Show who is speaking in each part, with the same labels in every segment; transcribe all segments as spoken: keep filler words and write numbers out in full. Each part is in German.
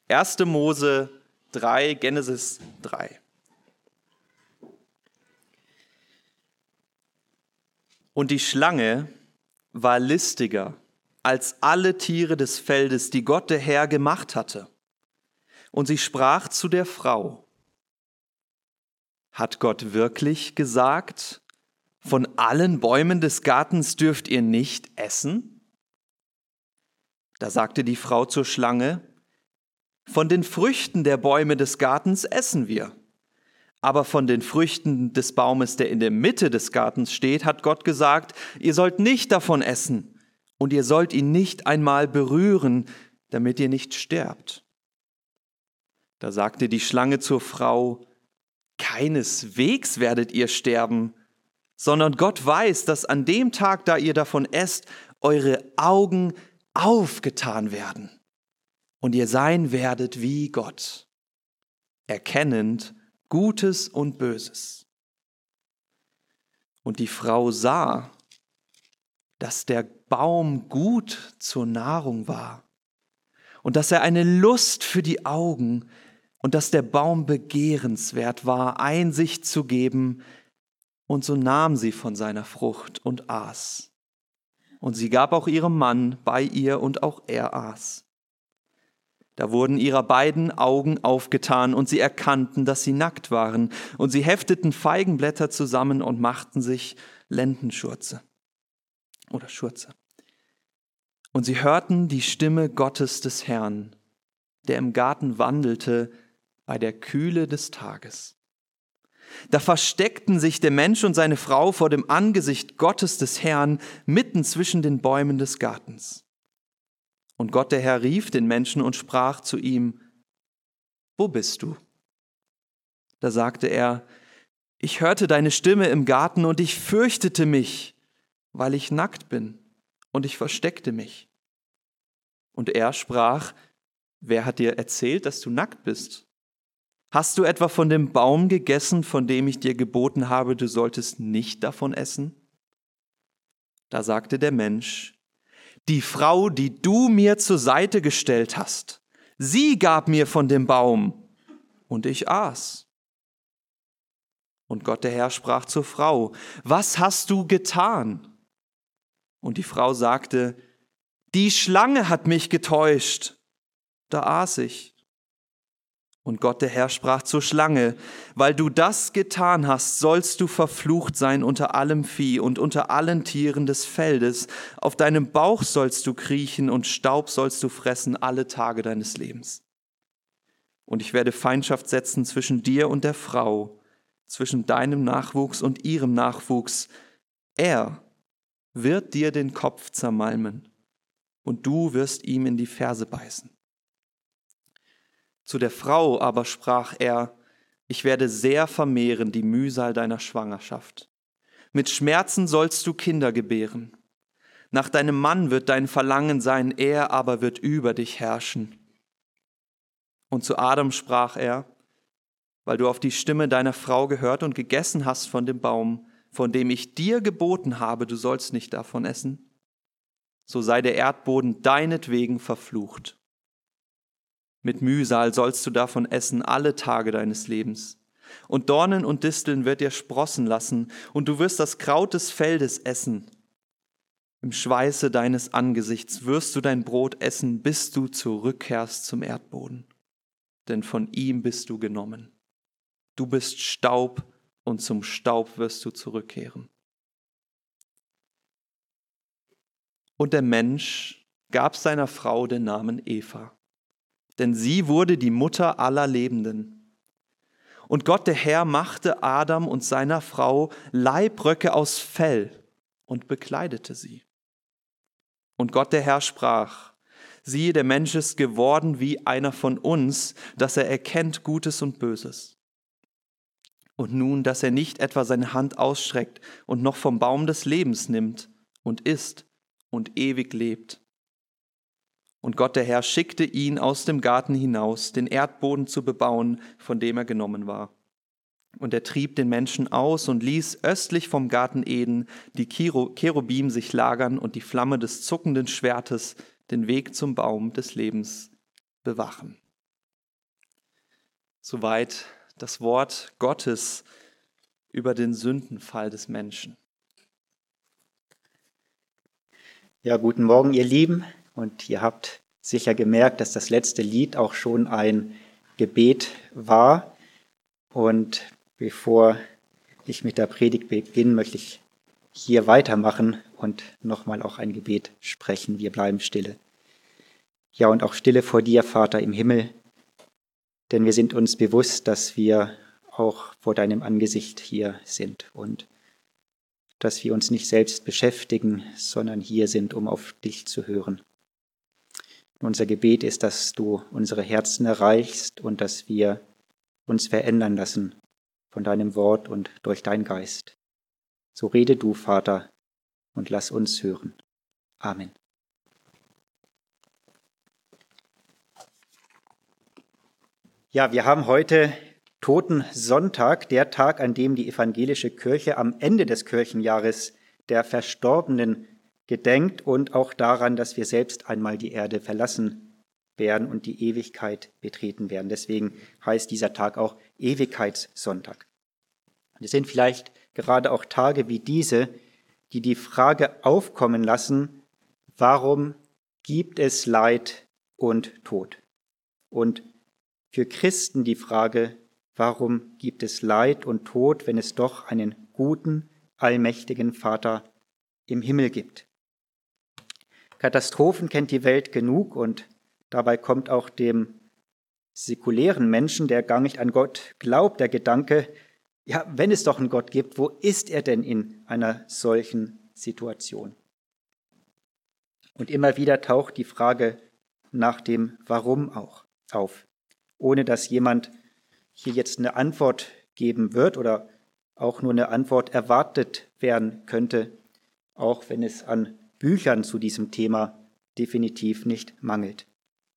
Speaker 1: erster Mose drei, Genesis drei. Und die Schlange war listiger als alle Tiere des Feldes, die Gott der Herr gemacht hatte. Und sie sprach zu der Frau: Hat Gott wirklich gesagt, von allen Bäumen des Gartens dürft ihr nicht essen? Da sagte die Frau zur Schlange: Von den Früchten der Bäume des Gartens essen wir. Aber von den Früchten des Baumes, der in der Mitte des Gartens steht, hat Gott gesagt, ihr sollt nicht davon essen und ihr sollt ihn nicht einmal berühren, damit ihr nicht sterbt. Da sagte die Schlange zur Frau: Keineswegs werdet ihr sterben, sondern Gott weiß, dass an dem Tag, da ihr davon esst, eure Augen aufgetan werden und ihr sein werdet wie Gott, erkennend Gutes und Böses. Und die Frau sah, dass der Baum gut zur Nahrung war und dass er eine Lust für die Augen und dass der Baum begehrenswert war, Einsicht zu geben, und so nahm sie von seiner Frucht und aß. Und sie gab auch ihrem Mann bei ihr, und auch er aß. Da wurden ihrer beiden Augen aufgetan, und sie erkannten, dass sie nackt waren, und sie hefteten Feigenblätter zusammen und machten sich Lendenschurze oder Schurze. Und sie hörten die Stimme Gottes des Herrn, der im Garten wandelte bei der Kühle des Tages. Da versteckten sich der Mensch und seine Frau vor dem Angesicht Gottes des Herrn mitten zwischen den Bäumen des Gartens. Und Gott der Herr rief den Menschen und sprach zu ihm: Wo bist du? Da sagte er: Ich hörte deine Stimme im Garten und ich fürchtete mich, weil ich nackt bin, und ich versteckte mich. Und er sprach: Wer hat dir erzählt, dass du nackt bist? Hast du etwa von dem Baum gegessen, von dem ich dir geboten habe, du solltest nicht davon essen? Da sagte der Mensch: Die Frau, die du mir zur Seite gestellt hast, sie gab mir von dem Baum, und ich aß. Und Gott der Herr sprach zur Frau: Was hast du getan? Und die Frau sagte: Die Schlange hat mich getäuscht. Da aß ich. Und Gott der Herr sprach zur Schlange: Weil du das getan hast, sollst du verflucht sein unter allem Vieh und unter allen Tieren des Feldes. Auf deinem Bauch sollst du kriechen und Staub sollst du fressen alle Tage deines Lebens. Und ich werde Feindschaft setzen zwischen dir und der Frau, zwischen deinem Nachwuchs und ihrem Nachwuchs. Er wird dir den Kopf zermalmen und du wirst ihm in die Ferse beißen. Zu der Frau aber sprach er: Ich werde sehr vermehren die Mühsal deiner Schwangerschaft. Mit Schmerzen sollst du Kinder gebären. Nach deinem Mann wird dein Verlangen sein, er aber wird über dich herrschen. Und zu Adam sprach er: Weil du auf die Stimme deiner Frau gehört und gegessen hast von dem Baum, von dem ich dir geboten habe, du sollst nicht davon essen, so sei der Erdboden deinetwegen verflucht. Mit Mühsal sollst du davon essen alle Tage deines Lebens. Und Dornen und Disteln wird dir sprossen lassen, und du wirst das Kraut des Feldes essen. Im Schweiße deines Angesichts wirst du dein Brot essen, bis du zurückkehrst zum Erdboden. Denn von ihm bist du genommen. Du bist Staub, und zum Staub wirst du zurückkehren. Und der Mensch gab seiner Frau den Namen Eva, denn sie wurde die Mutter aller Lebenden. Und Gott der Herr machte Adam und seiner Frau Leibröcke aus Fell und bekleidete sie. Und Gott der Herr sprach: Siehe, der Mensch ist geworden wie einer von uns, dass er erkennt Gutes und Böses. Und nun, dass er nicht etwa seine Hand ausstreckt und noch vom Baum des Lebens nimmt und isst und ewig lebt. Und Gott der Herr schickte ihn aus dem Garten hinaus, den Erdboden zu bebauen, von dem er genommen war. Und er trieb den Menschen aus und ließ östlich vom Garten Eden die Cherubim sich lagern und die Flamme des zuckenden Schwertes den Weg zum Baum des Lebens bewachen. Soweit das Wort Gottes über den Sündenfall des Menschen.
Speaker 2: Ja, guten Morgen, ihr Lieben. Und ihr habt sicher gemerkt, dass das letzte Lied auch schon ein Gebet war. Und bevor ich mit der Predigt beginne, möchte ich hier weitermachen und nochmal auch ein Gebet sprechen. Wir bleiben stille. Ja, und auch stille vor dir, Vater im Himmel, denn wir sind uns bewusst, dass wir auch vor deinem Angesicht hier sind und dass wir uns nicht selbst beschäftigen, sondern hier sind, um auf dich zu hören. Unser Gebet ist, dass du unsere Herzen erreichst und dass wir uns verändern lassen von deinem Wort und durch deinen Geist. So rede du, Vater, und lass uns hören. Amen. Ja, wir haben heute Totensonntag, der Tag, an dem die evangelische Kirche am Ende des Kirchenjahres der Verstorbenen gedenkt und auch daran, dass wir selbst einmal die Erde verlassen werden und die Ewigkeit betreten werden. Deswegen heißt dieser Tag auch Ewigkeitssonntag. Und es sind vielleicht gerade auch Tage wie diese, die die Frage aufkommen lassen, warum gibt es Leid und Tod? Und für Christen die Frage, warum gibt es Leid und Tod, wenn es doch einen guten, allmächtigen Vater im Himmel gibt? Katastrophen kennt die Welt genug und dabei kommt auch dem säkulären Menschen, der gar nicht an Gott glaubt, der Gedanke, ja, wenn es doch einen Gott gibt, wo ist er denn in einer solchen Situation? Und immer wieder taucht die Frage nach dem Warum auch auf, ohne dass jemand hier jetzt eine Antwort geben wird oder auch nur eine Antwort erwartet werden könnte, auch wenn es an Büchern zu diesem Thema definitiv nicht mangelt.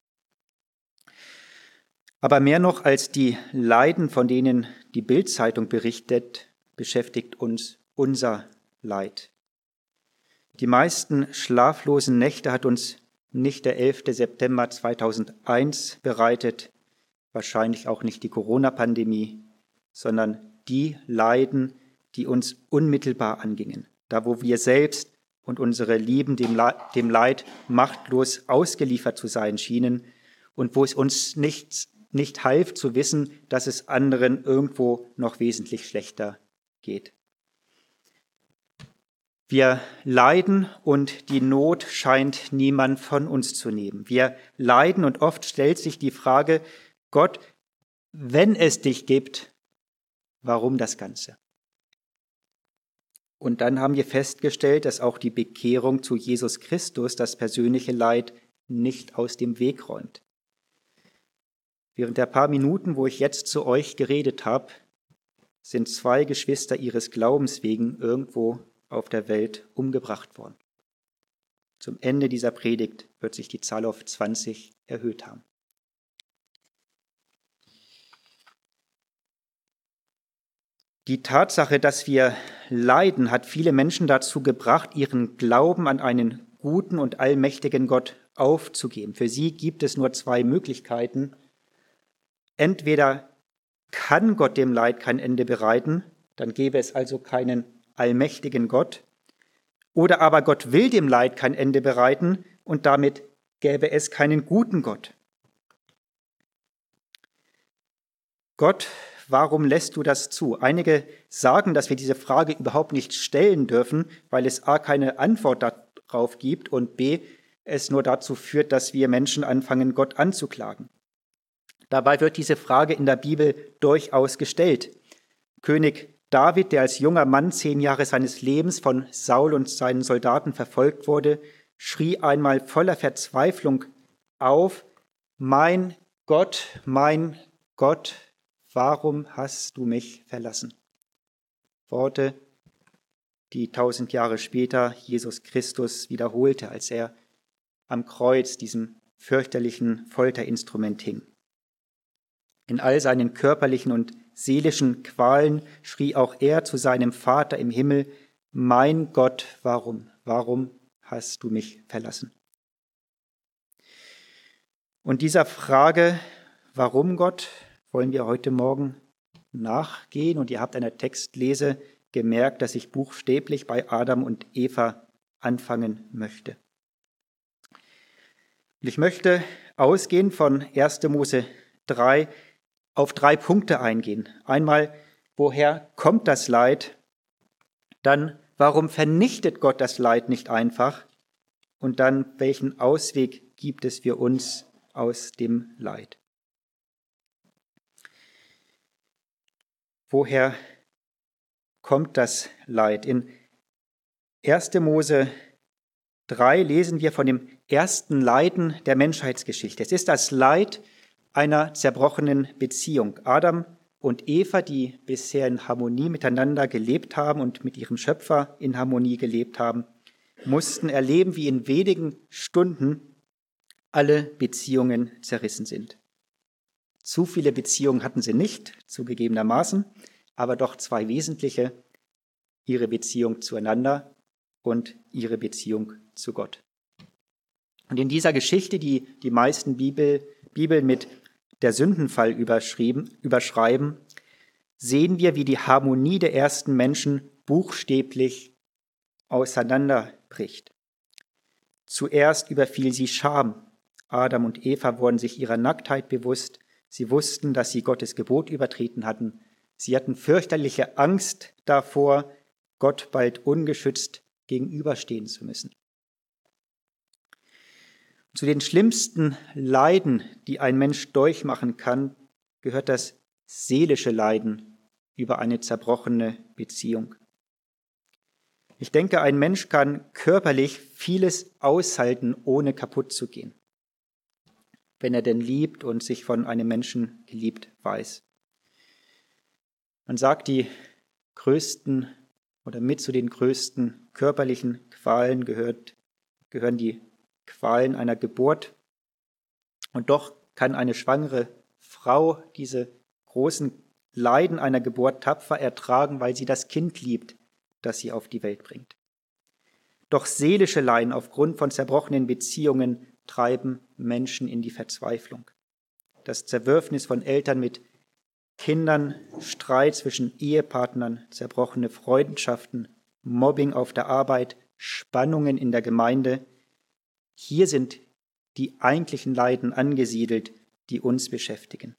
Speaker 2: Aber mehr noch als die Leiden, von denen die Bild-Zeitung berichtet, beschäftigt uns unser Leid. Die meisten schlaflosen Nächte hat uns nicht der elfte September zweitausendeins bereitet, wahrscheinlich auch nicht die Corona-Pandemie, sondern die Leiden, die uns unmittelbar angingen, da wo wir selbst und unsere Lieben dem Leid machtlos ausgeliefert zu sein schienen und wo es uns nicht, nicht half zu wissen, dass es anderen irgendwo noch wesentlich schlechter geht. Wir leiden und die Not scheint niemand von uns zu nehmen. Wir leiden und oft stellt sich die Frage, Gott, wenn es dich gibt, warum das Ganze? Und dann haben wir festgestellt, dass auch die Bekehrung zu Jesus Christus das persönliche Leid nicht aus dem Weg räumt. Während der paar Minuten, wo ich jetzt zu euch geredet habe, sind zwei Geschwister ihres Glaubens wegen irgendwo auf der Welt umgebracht worden. Zum Ende dieser Predigt wird sich die Zahl auf zwanzig erhöht haben. Die Tatsache, dass wir leiden, hat viele Menschen dazu gebracht, ihren Glauben an einen guten und allmächtigen Gott aufzugeben. Für sie gibt es nur zwei Möglichkeiten. Entweder kann Gott dem Leid kein Ende bereiten, dann gäbe es also keinen allmächtigen Gott, oder aber Gott will dem Leid kein Ende bereiten und damit gäbe es keinen guten Gott. Gott, warum lässt du das zu? Einige sagen, dass wir diese Frage überhaupt nicht stellen dürfen, weil es a. keine Antwort darauf gibt und b. es nur dazu führt, dass wir Menschen anfangen, Gott anzuklagen. Dabei wird diese Frage in der Bibel durchaus gestellt. König David, der als junger Mann zehn Jahre seines Lebens von Saul und seinen Soldaten verfolgt wurde, schrie einmal voller Verzweiflung auf, mein Gott, mein Gott, warum hast du mich verlassen? Worte, die tausend Jahre später Jesus Christus wiederholte, als er am Kreuz, diesem fürchterlichen Folterinstrument, hing. In all seinen körperlichen und seelischen Qualen schrie auch er zu seinem Vater im Himmel, mein Gott, warum, warum hast du mich verlassen? Und dieser Frage, warum Gott, wollen wir heute Morgen nachgehen. Und ihr habt an der Textlese gemerkt, dass ich buchstäblich bei Adam und Eva anfangen möchte. Und ich möchte ausgehend von erster Mose drei auf drei Punkte eingehen. Einmal, woher kommt das Leid? Dann, warum vernichtet Gott das Leid nicht einfach? Und dann, welchen Ausweg gibt es für uns aus dem Leid? Woher kommt das Leid? In erster Mose drei lesen wir von dem ersten Leiden der Menschheitsgeschichte. Es ist das Leid einer zerbrochenen Beziehung. Adam und Eva, die bisher in Harmonie miteinander gelebt haben und mit ihrem Schöpfer in Harmonie gelebt haben, mussten erleben, wie in wenigen Stunden alle Beziehungen zerrissen sind. Zu viele Beziehungen hatten sie nicht, zugegebenermaßen, aber doch zwei wesentliche: ihre Beziehung zueinander und ihre Beziehung zu Gott. Und in dieser Geschichte, die die meisten Bibel, Bibeln mit der Sündenfall überschrieben, überschreiben, sehen wir, wie die Harmonie der ersten Menschen buchstäblich auseinanderbricht. Zuerst überfiel sie Scham. Adam und Eva wurden sich ihrer Nacktheit bewusst. Sie wussten, dass sie Gottes Gebot übertreten hatten. Sie hatten fürchterliche Angst davor, Gott bald ungeschützt gegenüberstehen zu müssen. Zu den schlimmsten Leiden, die ein Mensch durchmachen kann, gehört das seelische Leiden über eine zerbrochene Beziehung. Ich denke, ein Mensch kann körperlich vieles aushalten, ohne kaputt zu gehen, wenn er denn liebt und sich von einem Menschen geliebt weiß. Man sagt, die größten oder mit zu den größten körperlichen Qualen gehört, gehören die Qualen einer Geburt. Und doch kann eine schwangere Frau diese großen Leiden einer Geburt tapfer ertragen, weil sie das Kind liebt, das sie auf die Welt bringt. Doch seelische Leiden aufgrund von zerbrochenen Beziehungen treiben Menschen in die Verzweiflung. Das Zerwürfnis von Eltern mit Kindern, Streit zwischen Ehepartnern, zerbrochene Freundschaften, Mobbing auf der Arbeit, Spannungen in der Gemeinde. Hier sind die eigentlichen Leiden angesiedelt, die uns beschäftigen.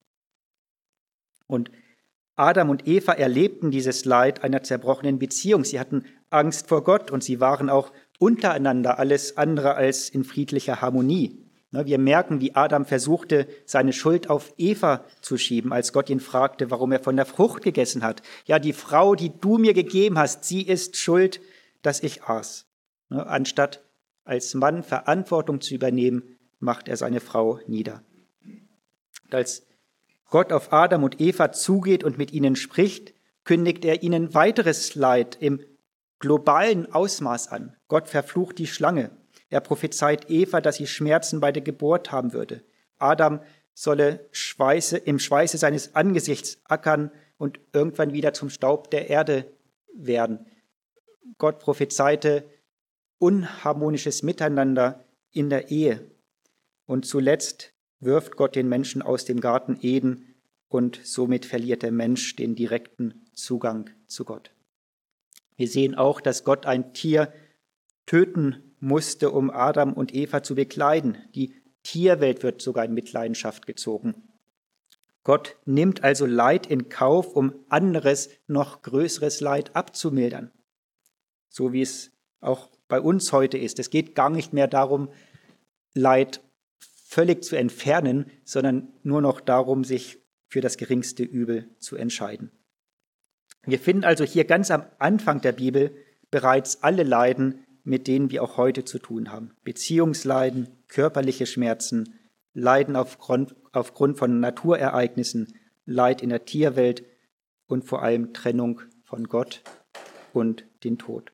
Speaker 2: Und Adam und Eva erlebten dieses Leid einer zerbrochenen Beziehung. Sie hatten Angst vor Gott und sie waren auch untereinander alles andere als in friedlicher Harmonie. Wir merken, wie Adam versuchte, seine Schuld auf Eva zu schieben, als Gott ihn fragte, warum er von der Frucht gegessen hat. Ja, die Frau, die du mir gegeben hast, sie ist schuld, dass ich aß. Anstatt als Mann Verantwortung zu übernehmen, macht er seine Frau nieder. Und als Gott auf Adam und Eva zugeht und mit ihnen spricht, kündigt er ihnen weiteres Leid im globalen Ausmaß an. Gott verflucht die Schlange. Er prophezeit Eva, dass sie Schmerzen bei der Geburt haben würde. Adam solle Schweiße, im Schweiße seines Angesichts ackern und irgendwann wieder zum Staub der Erde werden. Gott prophezeite unharmonisches Miteinander in der Ehe. Und zuletzt wirft Gott den Menschen aus dem Garten Eden und somit verliert der Mensch den direkten Zugang zu Gott. Wir sehen auch, dass Gott ein Tier töten musste, um Adam und Eva zu bekleiden. Die Tierwelt wird sogar in Mitleidenschaft gezogen. Gott nimmt also Leid in Kauf, um anderes, noch größeres Leid abzumildern. So wie es auch bei uns heute ist. Es geht gar nicht mehr darum, Leid völlig zu entfernen, sondern nur noch darum, sich für das geringste Übel zu entscheiden. Wir finden also hier ganz am Anfang der Bibel bereits alle Leiden, mit denen wir auch heute zu tun haben. Beziehungsleiden, körperliche Schmerzen, Leiden aufgrund, aufgrund von Naturereignissen, Leid in der Tierwelt und vor allem Trennung von Gott und den Tod.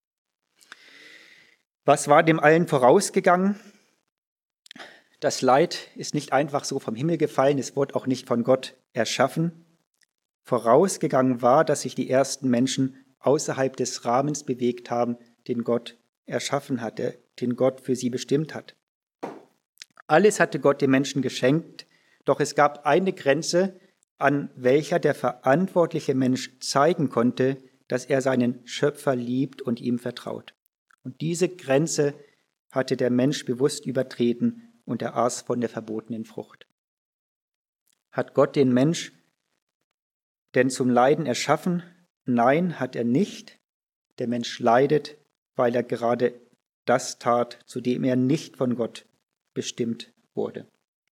Speaker 2: Was war dem allen vorausgegangen? Das Leid ist nicht einfach so vom Himmel gefallen, es wurde auch nicht von Gott erschaffen. Vorausgegangen war, dass sich die ersten Menschen außerhalb des Rahmens bewegt haben, den Gott erschaffen hat, den Gott für sie bestimmt hat. Alles hatte Gott den Menschen geschenkt, doch es gab eine Grenze, an welcher der verantwortliche Mensch zeigen konnte, dass er seinen Schöpfer liebt und ihm vertraut. Und diese Grenze hatte der Mensch bewusst übertreten und er aß von der verbotenen Frucht. Hat Gott den Mensch denn zum Leiden erschaffen? Nein, hat er nicht. Der Mensch leidet, weil er gerade das tat, zu dem er nicht von Gott bestimmt wurde.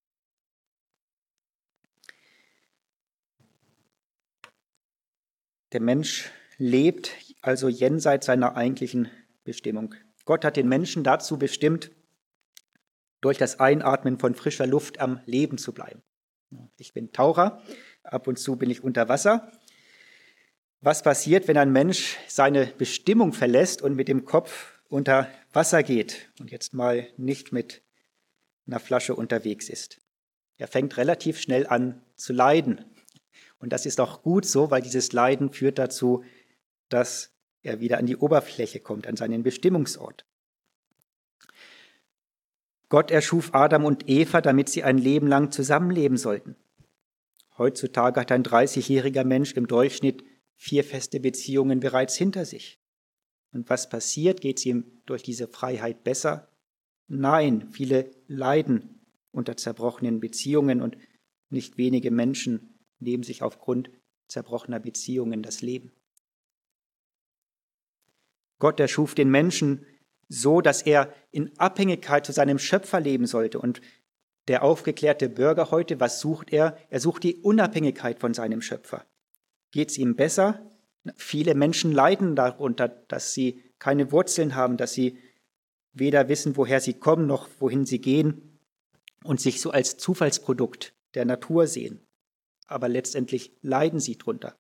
Speaker 2: Der Mensch lebt also jenseits seiner eigentlichen Bestimmung. Gott hat den Menschen dazu bestimmt, durch das Einatmen von frischer Luft am Leben zu bleiben. Ich bin Taucher, ab und zu bin ich unter Wasser. Was passiert, wenn ein Mensch seine Bestimmung verlässt und mit dem Kopf unter Wasser geht und jetzt mal nicht mit einer Flasche unterwegs ist? Er fängt relativ schnell an zu leiden. Und das ist auch gut so, weil dieses Leiden führt dazu, dass er wieder an die Oberfläche kommt, an seinen Bestimmungsort. Gott erschuf Adam und Eva, damit sie ein Leben lang zusammenleben sollten. Heutzutage hat ein dreißigjähriger Mensch im Durchschnitt vier feste Beziehungen bereits hinter sich. Und was passiert? Geht es ihm durch diese Freiheit besser? Nein, viele leiden unter zerbrochenen Beziehungen und nicht wenige Menschen nehmen sich aufgrund zerbrochener Beziehungen das Leben. Gott erschuf den Menschen so, dass er in Abhängigkeit zu seinem Schöpfer leben sollte. Und der aufgeklärte Bürger heute, was sucht er? Er sucht die Unabhängigkeit von seinem Schöpfer. Geht es ihm besser? Viele Menschen leiden darunter, dass sie keine Wurzeln haben, dass sie weder wissen, woher sie kommen, noch wohin sie gehen und sich so als Zufallsprodukt der Natur sehen. Aber letztendlich leiden sie drunter.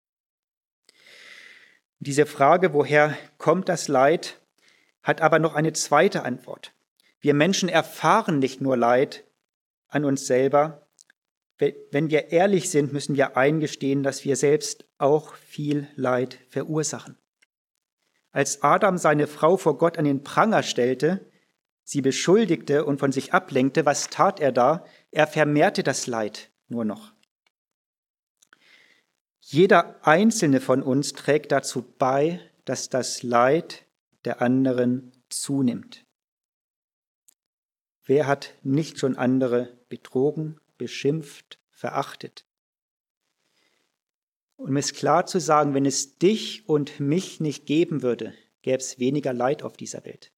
Speaker 2: Diese Frage, woher kommt das Leid, hat aber noch eine zweite Antwort. Wir Menschen erfahren nicht nur Leid an uns selber. Wenn wir ehrlich sind, müssen wir eingestehen, dass wir selbst auch viel Leid verursachen. Als Adam seine Frau vor Gott an den Pranger stellte, sie beschuldigte und von sich ablenkte, was tat er da? Er vermehrte das Leid nur noch. Jeder einzelne von uns trägt dazu bei, dass das Leid der anderen zunimmt. Wer hat nicht schon andere betrogen, beschimpft, verachtet? Um es klar zu sagen, wenn es dich und mich nicht geben würde, gäbe es weniger Leid auf dieser Welt.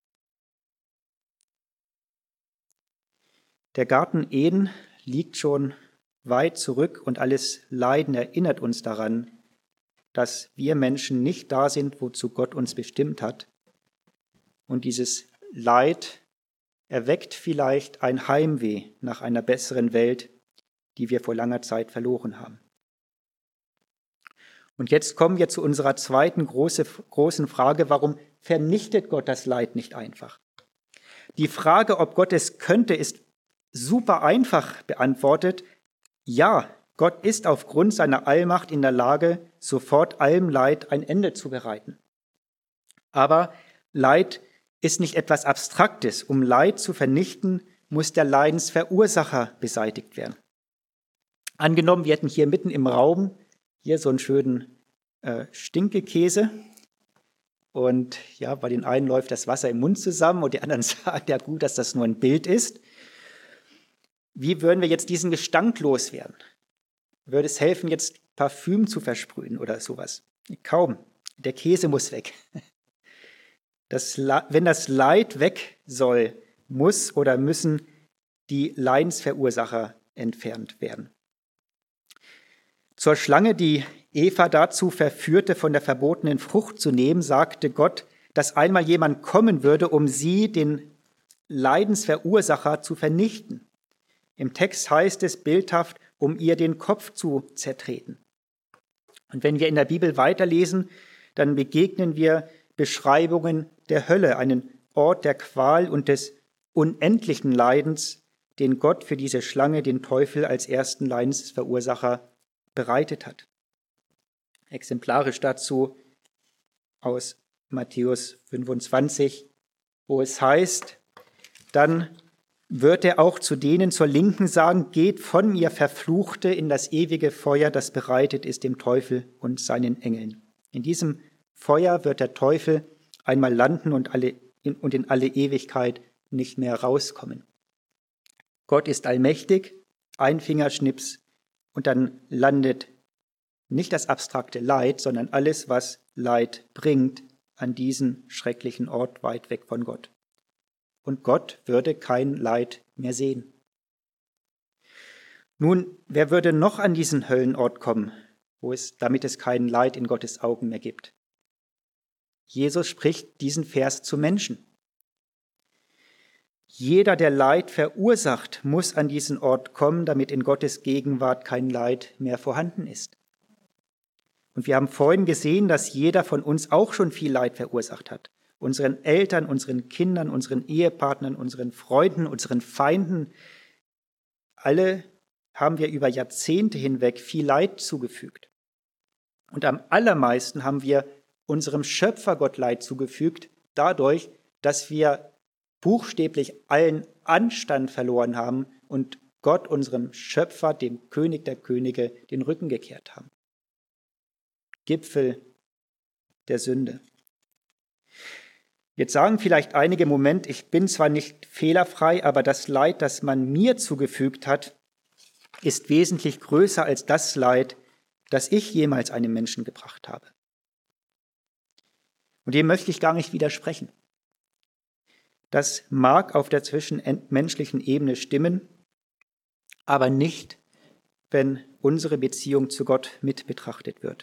Speaker 2: Der Garten Eden liegt schon weit zurück und alles Leiden erinnert uns daran, dass wir Menschen nicht da sind, wozu Gott uns bestimmt hat. Und dieses Leid erweckt vielleicht ein Heimweh nach einer besseren Welt, die wir vor langer Zeit verloren haben. Und jetzt kommen wir zu unserer zweiten große, großen Frage, warum vernichtet Gott das Leid nicht einfach? Die Frage, ob Gott es könnte, ist super einfach beantwortet. Ja, Gott ist aufgrund seiner Allmacht in der Lage, sofort allem Leid ein Ende zu bereiten. Aber Leid ist nicht etwas Abstraktes. Um Leid zu vernichten, muss der Leidensverursacher beseitigt werden. Angenommen, wir hätten hier mitten im Raum hier so einen schönen äh, Stinkekäse und ja, bei den einen läuft das Wasser im Mund zusammen und die anderen sagen, ja gut, dass das nur ein Bild ist. Wie würden wir jetzt diesen Gestank loswerden? Würde es helfen, jetzt Parfüm zu versprühen oder sowas? Kaum. Der Käse muss weg. Das, wenn das Leid weg soll, muss oder müssen die Leidensverursacher entfernt werden. Zur Schlange, die Eva dazu verführte, von der verbotenen Frucht zu nehmen, sagte Gott, dass einmal jemand kommen würde, um sie, den Leidensverursacher, zu vernichten. Im Text heißt es bildhaft, um ihr den Kopf zu zertreten. Und wenn wir in der Bibel weiterlesen, dann begegnen wir Beschreibungen der Hölle, einen Ort der Qual und des unendlichen Leidens, den Gott für diese Schlange, den Teufel, als ersten Leidensverursacher bereitet hat. Exemplarisch dazu aus Matthäus fünfundzwanzig, wo es heißt, dann wird er auch zu denen zur Linken sagen, geht von mir, Verfluchte, in das ewige Feuer, das bereitet ist dem Teufel und seinen Engeln. In diesem Feuer wird der Teufel einmal landen und, alle, und in alle Ewigkeit nicht mehr rauskommen. Gott ist allmächtig, ein Fingerschnips, und dann landet nicht das abstrakte Leid, sondern alles, was Leid bringt, an diesen schrecklichen Ort weit weg von Gott. Und Gott würde kein Leid mehr sehen. Nun, wer würde noch an diesen Höllenort kommen, wo es, damit es kein Leid in Gottes Augen mehr gibt? Jesus spricht diesen Vers zu Menschen. Jeder, der Leid verursacht, muss an diesen Ort kommen, damit in Gottes Gegenwart kein Leid mehr vorhanden ist. Und wir haben vorhin gesehen, dass jeder von uns auch schon viel Leid verursacht hat. Unseren Eltern, unseren Kindern, unseren Ehepartnern, unseren Freunden, unseren Feinden. Alle haben wir über Jahrzehnte hinweg viel Leid zugefügt. Und am allermeisten haben wir unserem Schöpfergott Leid zugefügt, dadurch, dass wir buchstäblich allen Anstand verloren haben und Gott, unserem Schöpfer, dem König der Könige, den Rücken gekehrt haben. Gipfel der Sünde. Jetzt sagen vielleicht einige, Moment, ich bin zwar nicht fehlerfrei, aber das Leid, das man mir zugefügt hat, ist wesentlich größer als das Leid, das ich jemals einem Menschen gebracht habe. Und dem möchte ich gar nicht widersprechen. Das mag auf der zwischenmenschlichen Ebene stimmen, aber nicht, wenn unsere Beziehung zu Gott mit betrachtet wird.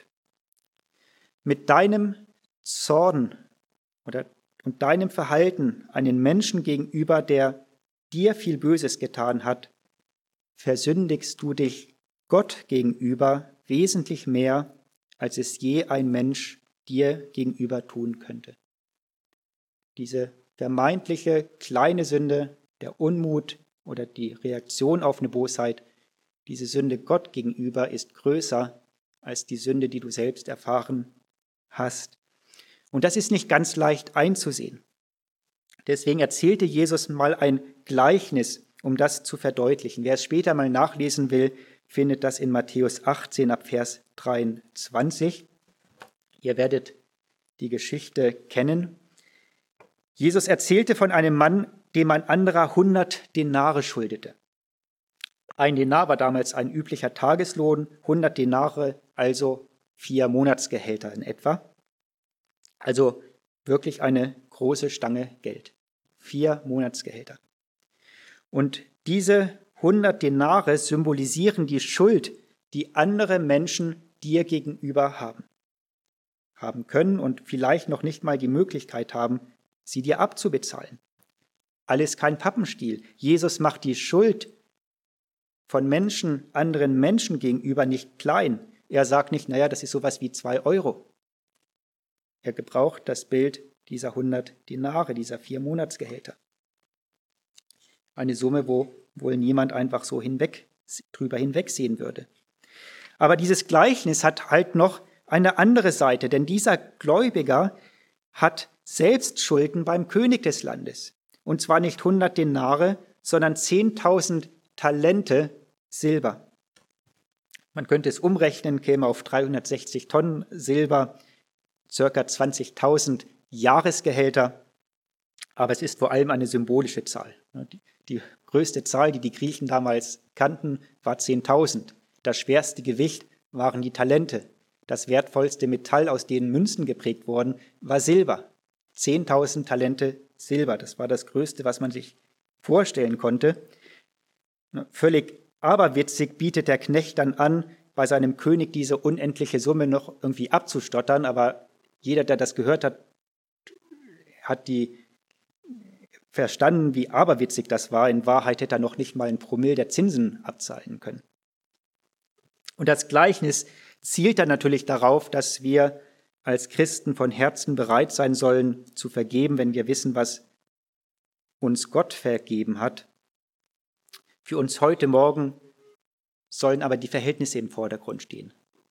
Speaker 2: Mit deinem Zorn oder und deinem Verhalten einen Menschen gegenüber, der dir viel Böses getan hat, versündigst du dich Gott gegenüber wesentlich mehr, als es je ein Mensch dir gegenüber tun könnte. Diese vermeintliche kleine Sünde, der Unmut oder die Reaktion auf eine Bosheit, diese Sünde Gott gegenüber ist größer als die Sünde, die du selbst erfahren hast. Und das ist nicht ganz leicht einzusehen. Deswegen erzählte Jesus mal ein Gleichnis, um das zu verdeutlichen. Wer es später mal nachlesen will, findet das in Matthäus achtzehn ab Vers dreiundzwanzig. Ihr werdet die Geschichte kennen. Jesus erzählte von einem Mann, dem ein anderer hundert Denare schuldete. Ein Denar war damals ein üblicher Tageslohn, hundert Denare, also vier Monatsgehälter in etwa. Also wirklich eine große Stange Geld. Vier Monatsgehälter. Und diese hundert Denare symbolisieren die Schuld, die andere Menschen dir gegenüber haben. Haben können und vielleicht noch nicht mal die Möglichkeit haben, sie dir abzubezahlen. Alles kein Pappenstiel. Jesus macht die Schuld von Menschen, anderen Menschen gegenüber nicht klein. Er sagt nicht, naja, das ist sowas wie zwei Euro. Er gebraucht das Bild dieser hundert Denare, dieser vier Monatsgehälter. Eine Summe, wo wohl niemand einfach so hinweg, drüber hinwegsehen würde. Aber dieses Gleichnis hat halt noch eine andere Seite, denn dieser Gläubiger hat selbst Schulden beim König des Landes. Und zwar nicht hundert Denare, sondern zehntausend Talente Silber. Man könnte es umrechnen, käme auf dreihundertsechzig Tonnen Silber, circa zwanzigtausend Jahresgehälter. Aber es ist vor allem eine symbolische Zahl. Die, die größte Zahl, die die Griechen damals kannten, war zehntausend. Das schwerste Gewicht waren die Talente. Das wertvollste Metall, aus denen Münzen geprägt wurden, war Silber. zehntausend Talente Silber, das war das Größte, was man sich vorstellen konnte. Völlig aberwitzig bietet der Knecht dann an, bei seinem König diese unendliche Summe noch irgendwie abzustottern, aber jeder, der das gehört hat, hat die verstanden, wie aberwitzig das war. In Wahrheit hätte er noch nicht mal ein Promille der Zinsen abzahlen können. Und das Gleichnis zielt dann natürlich darauf, dass wir als Christen von Herzen bereit sein sollen, zu vergeben, wenn wir wissen, was uns Gott vergeben hat. Für uns heute Morgen sollen aber die Verhältnisse im Vordergrund stehen.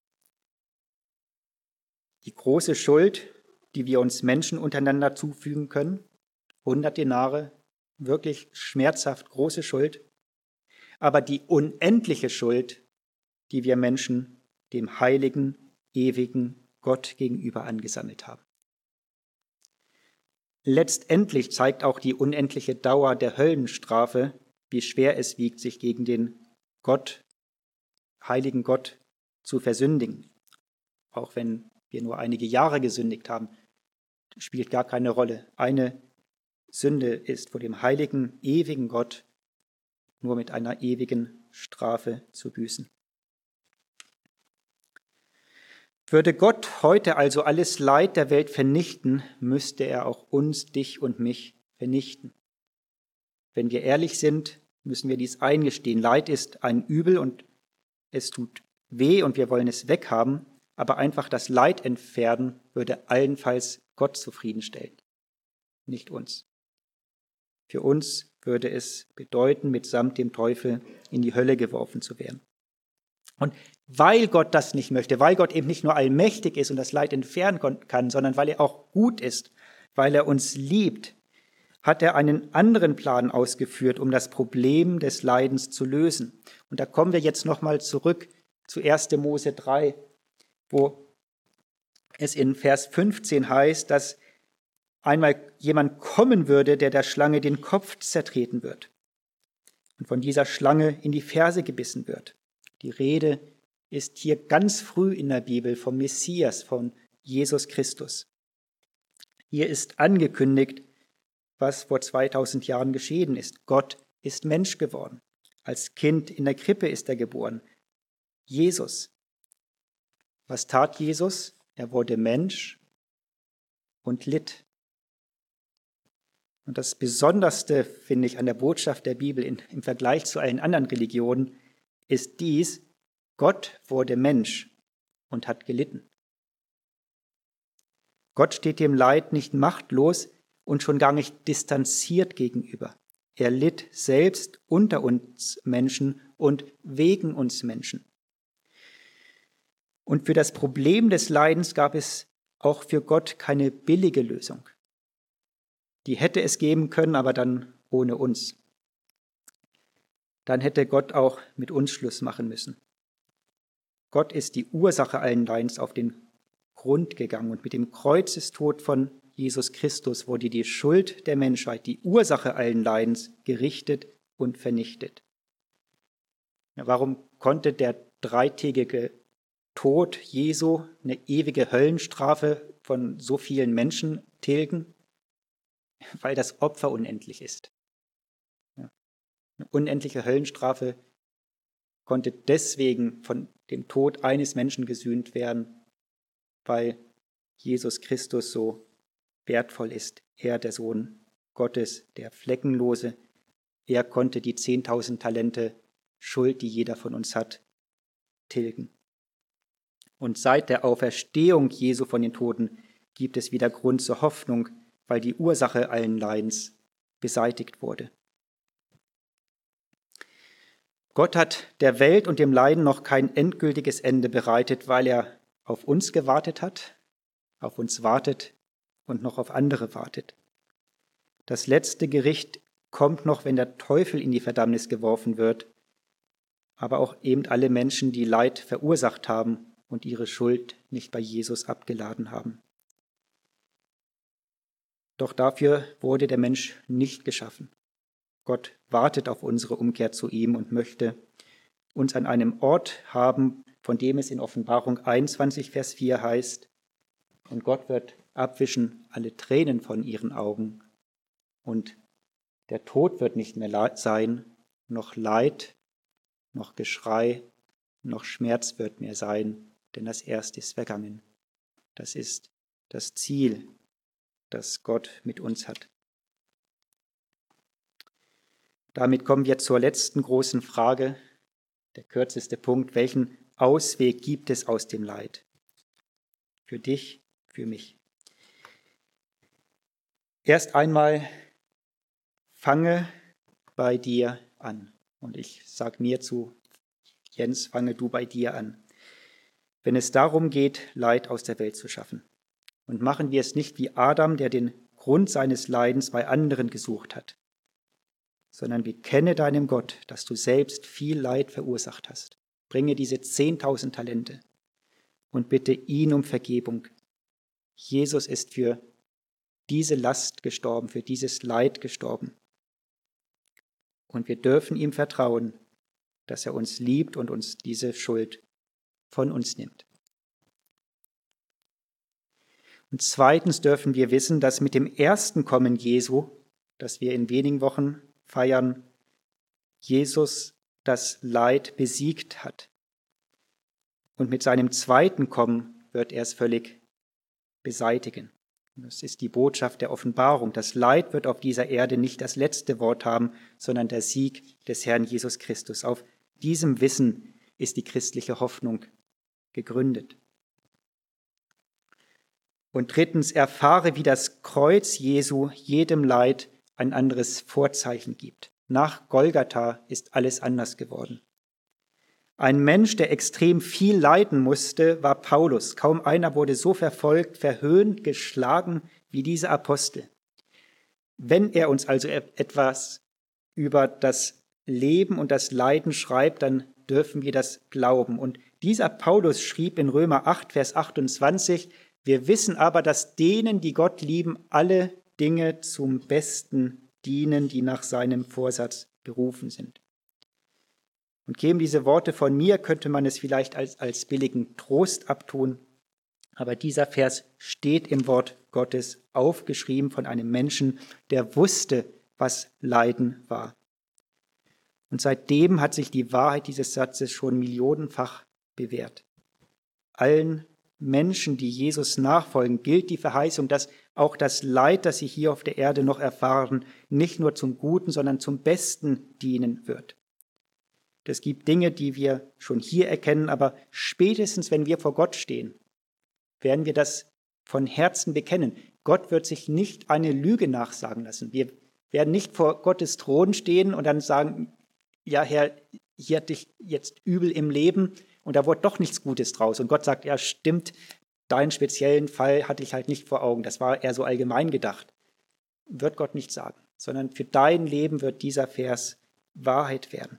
Speaker 2: Die große Schuld, die wir uns Menschen untereinander zufügen können, hundert Denare, wirklich schmerzhaft große Schuld, aber die unendliche Schuld, die wir Menschen dem heiligen, ewigen Gott gegenüber angesammelt haben. Letztendlich zeigt auch die unendliche Dauer der Höllenstrafe, wie schwer es wiegt, sich gegen den Gott, heiligen Gott zu versündigen. Auch wenn wir nur einige Jahre gesündigt haben, spielt gar keine Rolle. Eine Sünde ist vor dem heiligen, ewigen Gott nur mit einer ewigen Strafe zu büßen. Würde Gott heute also alles Leid der Welt vernichten, müsste er auch uns, dich und mich vernichten. Wenn wir ehrlich sind, müssen wir dies eingestehen. Leid ist ein Übel und es tut weh und wir wollen es weghaben, aber einfach das Leid entfernen würde allenfalls Gott zufriedenstellen, nicht uns. Für uns würde es bedeuten, mitsamt dem Teufel in die Hölle geworfen zu werden. Und weil Gott das nicht möchte, weil Gott eben nicht nur allmächtig ist und das Leid entfernen kann, sondern weil er auch gut ist, weil er uns liebt, hat er einen anderen Plan ausgeführt, um das Problem des Leidens zu lösen. Und da kommen wir jetzt nochmal zurück zu erster Mose drei, wo es in Vers fünfzehn heißt, dass einmal jemand kommen würde, der der Schlange den Kopf zertreten wird und von dieser Schlange in die Ferse gebissen wird. Die Rede ist hier ganz früh in der Bibel vom Messias, von Jesus Christus. Hier ist angekündigt, was vor zweitausend Jahren geschehen ist. Gott ist Mensch geworden. Als Kind in der Krippe ist er geboren. Jesus. Was tat Jesus? Er wurde Mensch und litt. Und das Besonderste, finde ich, an der Botschaft der Bibel in, im Vergleich zu allen anderen Religionen ist dies: Gott wurde Mensch und hat gelitten. Gott steht dem Leid nicht machtlos und schon gar nicht distanziert gegenüber. Er litt selbst unter uns Menschen und wegen uns Menschen. Und für das Problem des Leidens gab es auch für Gott keine billige Lösung. Die hätte es geben können, aber dann ohne uns. Dann hätte Gott auch mit uns Schluss machen müssen. Gott ist die Ursache allen Leidens auf den Grund gegangen und mit dem Kreuzestod von Jesus Christus wurde die Schuld der Menschheit, die Ursache allen Leidens, gerichtet und vernichtet. Ja, warum konnte der dreitägige Tod Jesu eine ewige Höllenstrafe von so vielen Menschen tilgen? Weil das Opfer unendlich ist. Ja. Eine unendliche Höllenstrafe konnte deswegen von dem Tod eines Menschen gesühnt werden, weil Jesus Christus so wertvoll ist. Er, der Sohn Gottes, der Fleckenlose, er konnte die zehntausend Talente Schuld, die jeder von uns hat, tilgen. Und seit der Auferstehung Jesu von den Toten gibt es wieder Grund zur Hoffnung, weil die Ursache allen Leidens beseitigt wurde. Gott hat der Welt und dem Leiden noch kein endgültiges Ende bereitet, weil er auf uns gewartet hat, auf uns wartet und noch auf andere wartet. Das letzte Gericht kommt noch, wenn der Teufel in die Verdammnis geworfen wird, aber auch eben alle Menschen, die Leid verursacht haben und ihre Schuld nicht bei Jesus abgeladen haben. Doch dafür wurde der Mensch nicht geschaffen. Gott wartet auf unsere Umkehr zu ihm und möchte uns an einem Ort haben, von dem es in Offenbarung einundzwanzig, Vers vier heißt, und Gott wird abwischen alle Tränen von ihren Augen und der Tod wird nicht mehr sein, noch Leid, noch Geschrei, noch Schmerz wird mehr sein, denn das Erste ist vergangen. Das ist das Ziel, das Gott mit uns hat. Damit kommen wir zur letzten großen Frage, der kürzeste Punkt: Welchen Ausweg gibt es aus dem Leid? Für dich, für mich. Erst einmal fange bei dir an. Und ich sage mir zu Jens, fange du bei dir an. Wenn es darum geht, Leid aus der Welt zu schaffen. Und machen wir es nicht wie Adam, der den Grund seines Leidens bei anderen gesucht hat. sondern bekenne deinem Gott, dass du selbst viel Leid verursacht hast. Bringe diese zehntausend Talente und bitte ihn um Vergebung. Jesus ist für diese Last gestorben, für dieses Leid gestorben. Und wir dürfen ihm vertrauen, dass er uns liebt und uns diese Schuld von uns nimmt. Und zweitens dürfen wir wissen, dass mit dem ersten Kommen Jesu, das wir in wenigen Wochen feiern, Jesus das Leid besiegt hat. Und mit seinem zweiten Kommen wird er es völlig beseitigen. Das ist die Botschaft der Offenbarung. Das Leid wird auf dieser Erde nicht das letzte Wort haben, sondern der Sieg des Herrn Jesus Christus. Auf diesem Wissen ist die christliche Hoffnung gegründet. Und drittens, erfahre, wie das Kreuz Jesu jedem Leid ein anderes Vorzeichen gibt. Nach Golgatha ist alles anders geworden. Ein Mensch, der extrem viel leiden musste, war Paulus. Kaum einer wurde so verfolgt, verhöhnt, geschlagen wie dieser Apostel. Wenn er uns also etwas über das Leben und das Leiden schreibt, dann dürfen wir das glauben. Und dieser Paulus schrieb in Römer acht, Vers achtundzwanzig, wir wissen aber, dass denen, die Gott lieben, alle Dinge zum Besten dienen, die nach seinem Vorsatz berufen sind. Und kämen diese Worte von mir, könnte man es vielleicht als, als billigen Trost abtun. Aber dieser Vers steht im Wort Gottes, aufgeschrieben von einem Menschen, der wusste, was Leiden war. Und seitdem hat sich die Wahrheit dieses Satzes schon millionenfach bewährt. Allen Menschen, die Jesus nachfolgen, gilt die Verheißung, dass auch das Leid, das sie hier auf der Erde noch erfahren, nicht nur zum Guten, sondern zum Besten dienen wird. Es gibt Dinge, die wir schon hier erkennen, aber spätestens, wenn wir vor Gott stehen, werden wir das von Herzen bekennen. Gott wird sich nicht eine Lüge nachsagen lassen. Wir werden nicht vor Gottes Thron stehen und dann sagen, ja Herr, hier hatte ich jetzt übel im Leben und da wurde doch nichts Gutes draus. Und Gott sagt, ja stimmt, deinen speziellen Fall hatte ich halt nicht vor Augen. Das war eher so allgemein gedacht. Wird Gott nicht sagen, sondern für dein Leben wird dieser Vers Wahrheit werden.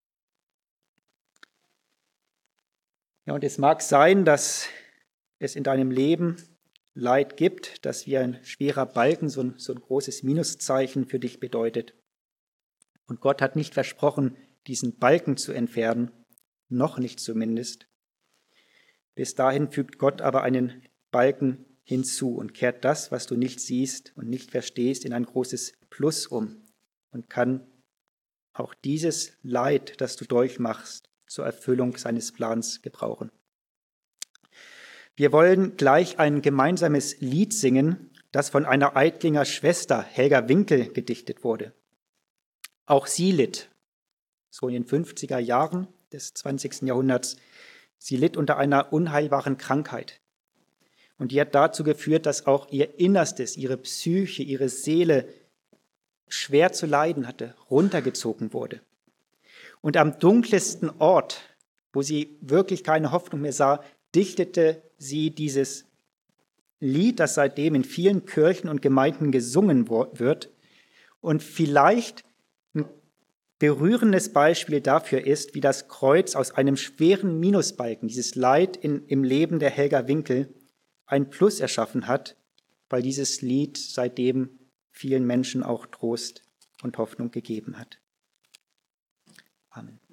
Speaker 2: Ja, und es mag sein, dass es in deinem Leben Leid gibt, dass wie ein schwerer Balken so ein, so ein großes Minuszeichen für dich bedeutet. Und Gott hat nicht versprochen, diesen Balken zu entfernen, noch nicht zumindest. Bis dahin fügt Gott aber einen Balken hinzu und kehrt das, was du nicht siehst und nicht verstehst, in ein großes Plus um und kann auch dieses Leid, das du durchmachst, zur Erfüllung seines Plans gebrauchen. Wir wollen gleich ein gemeinsames Lied singen, das von einer Eitlinger Schwester, Helga Winkel, gedichtet wurde. Auch sie litt, so in den fünfziger Jahren des zwanzigsten Jahrhunderts, sie litt unter einer unheilbaren Krankheit. Und die hat dazu geführt, dass auch ihr Innerstes, ihre Psyche, ihre Seele schwer zu leiden hatte, runtergezogen wurde. Und am dunkelsten Ort, wo sie wirklich keine Hoffnung mehr sah, dichtete sie dieses Lied, das seitdem in vielen Kirchen und Gemeinden gesungen wird und vielleicht ein berührendes Beispiel dafür ist, wie das Kreuz aus einem schweren Minusbalken, dieses Leid in, im Leben der Helga Winkel, ein Plus erschaffen hat, weil dieses Lied seitdem vielen Menschen auch Trost und Hoffnung gegeben hat. Amen.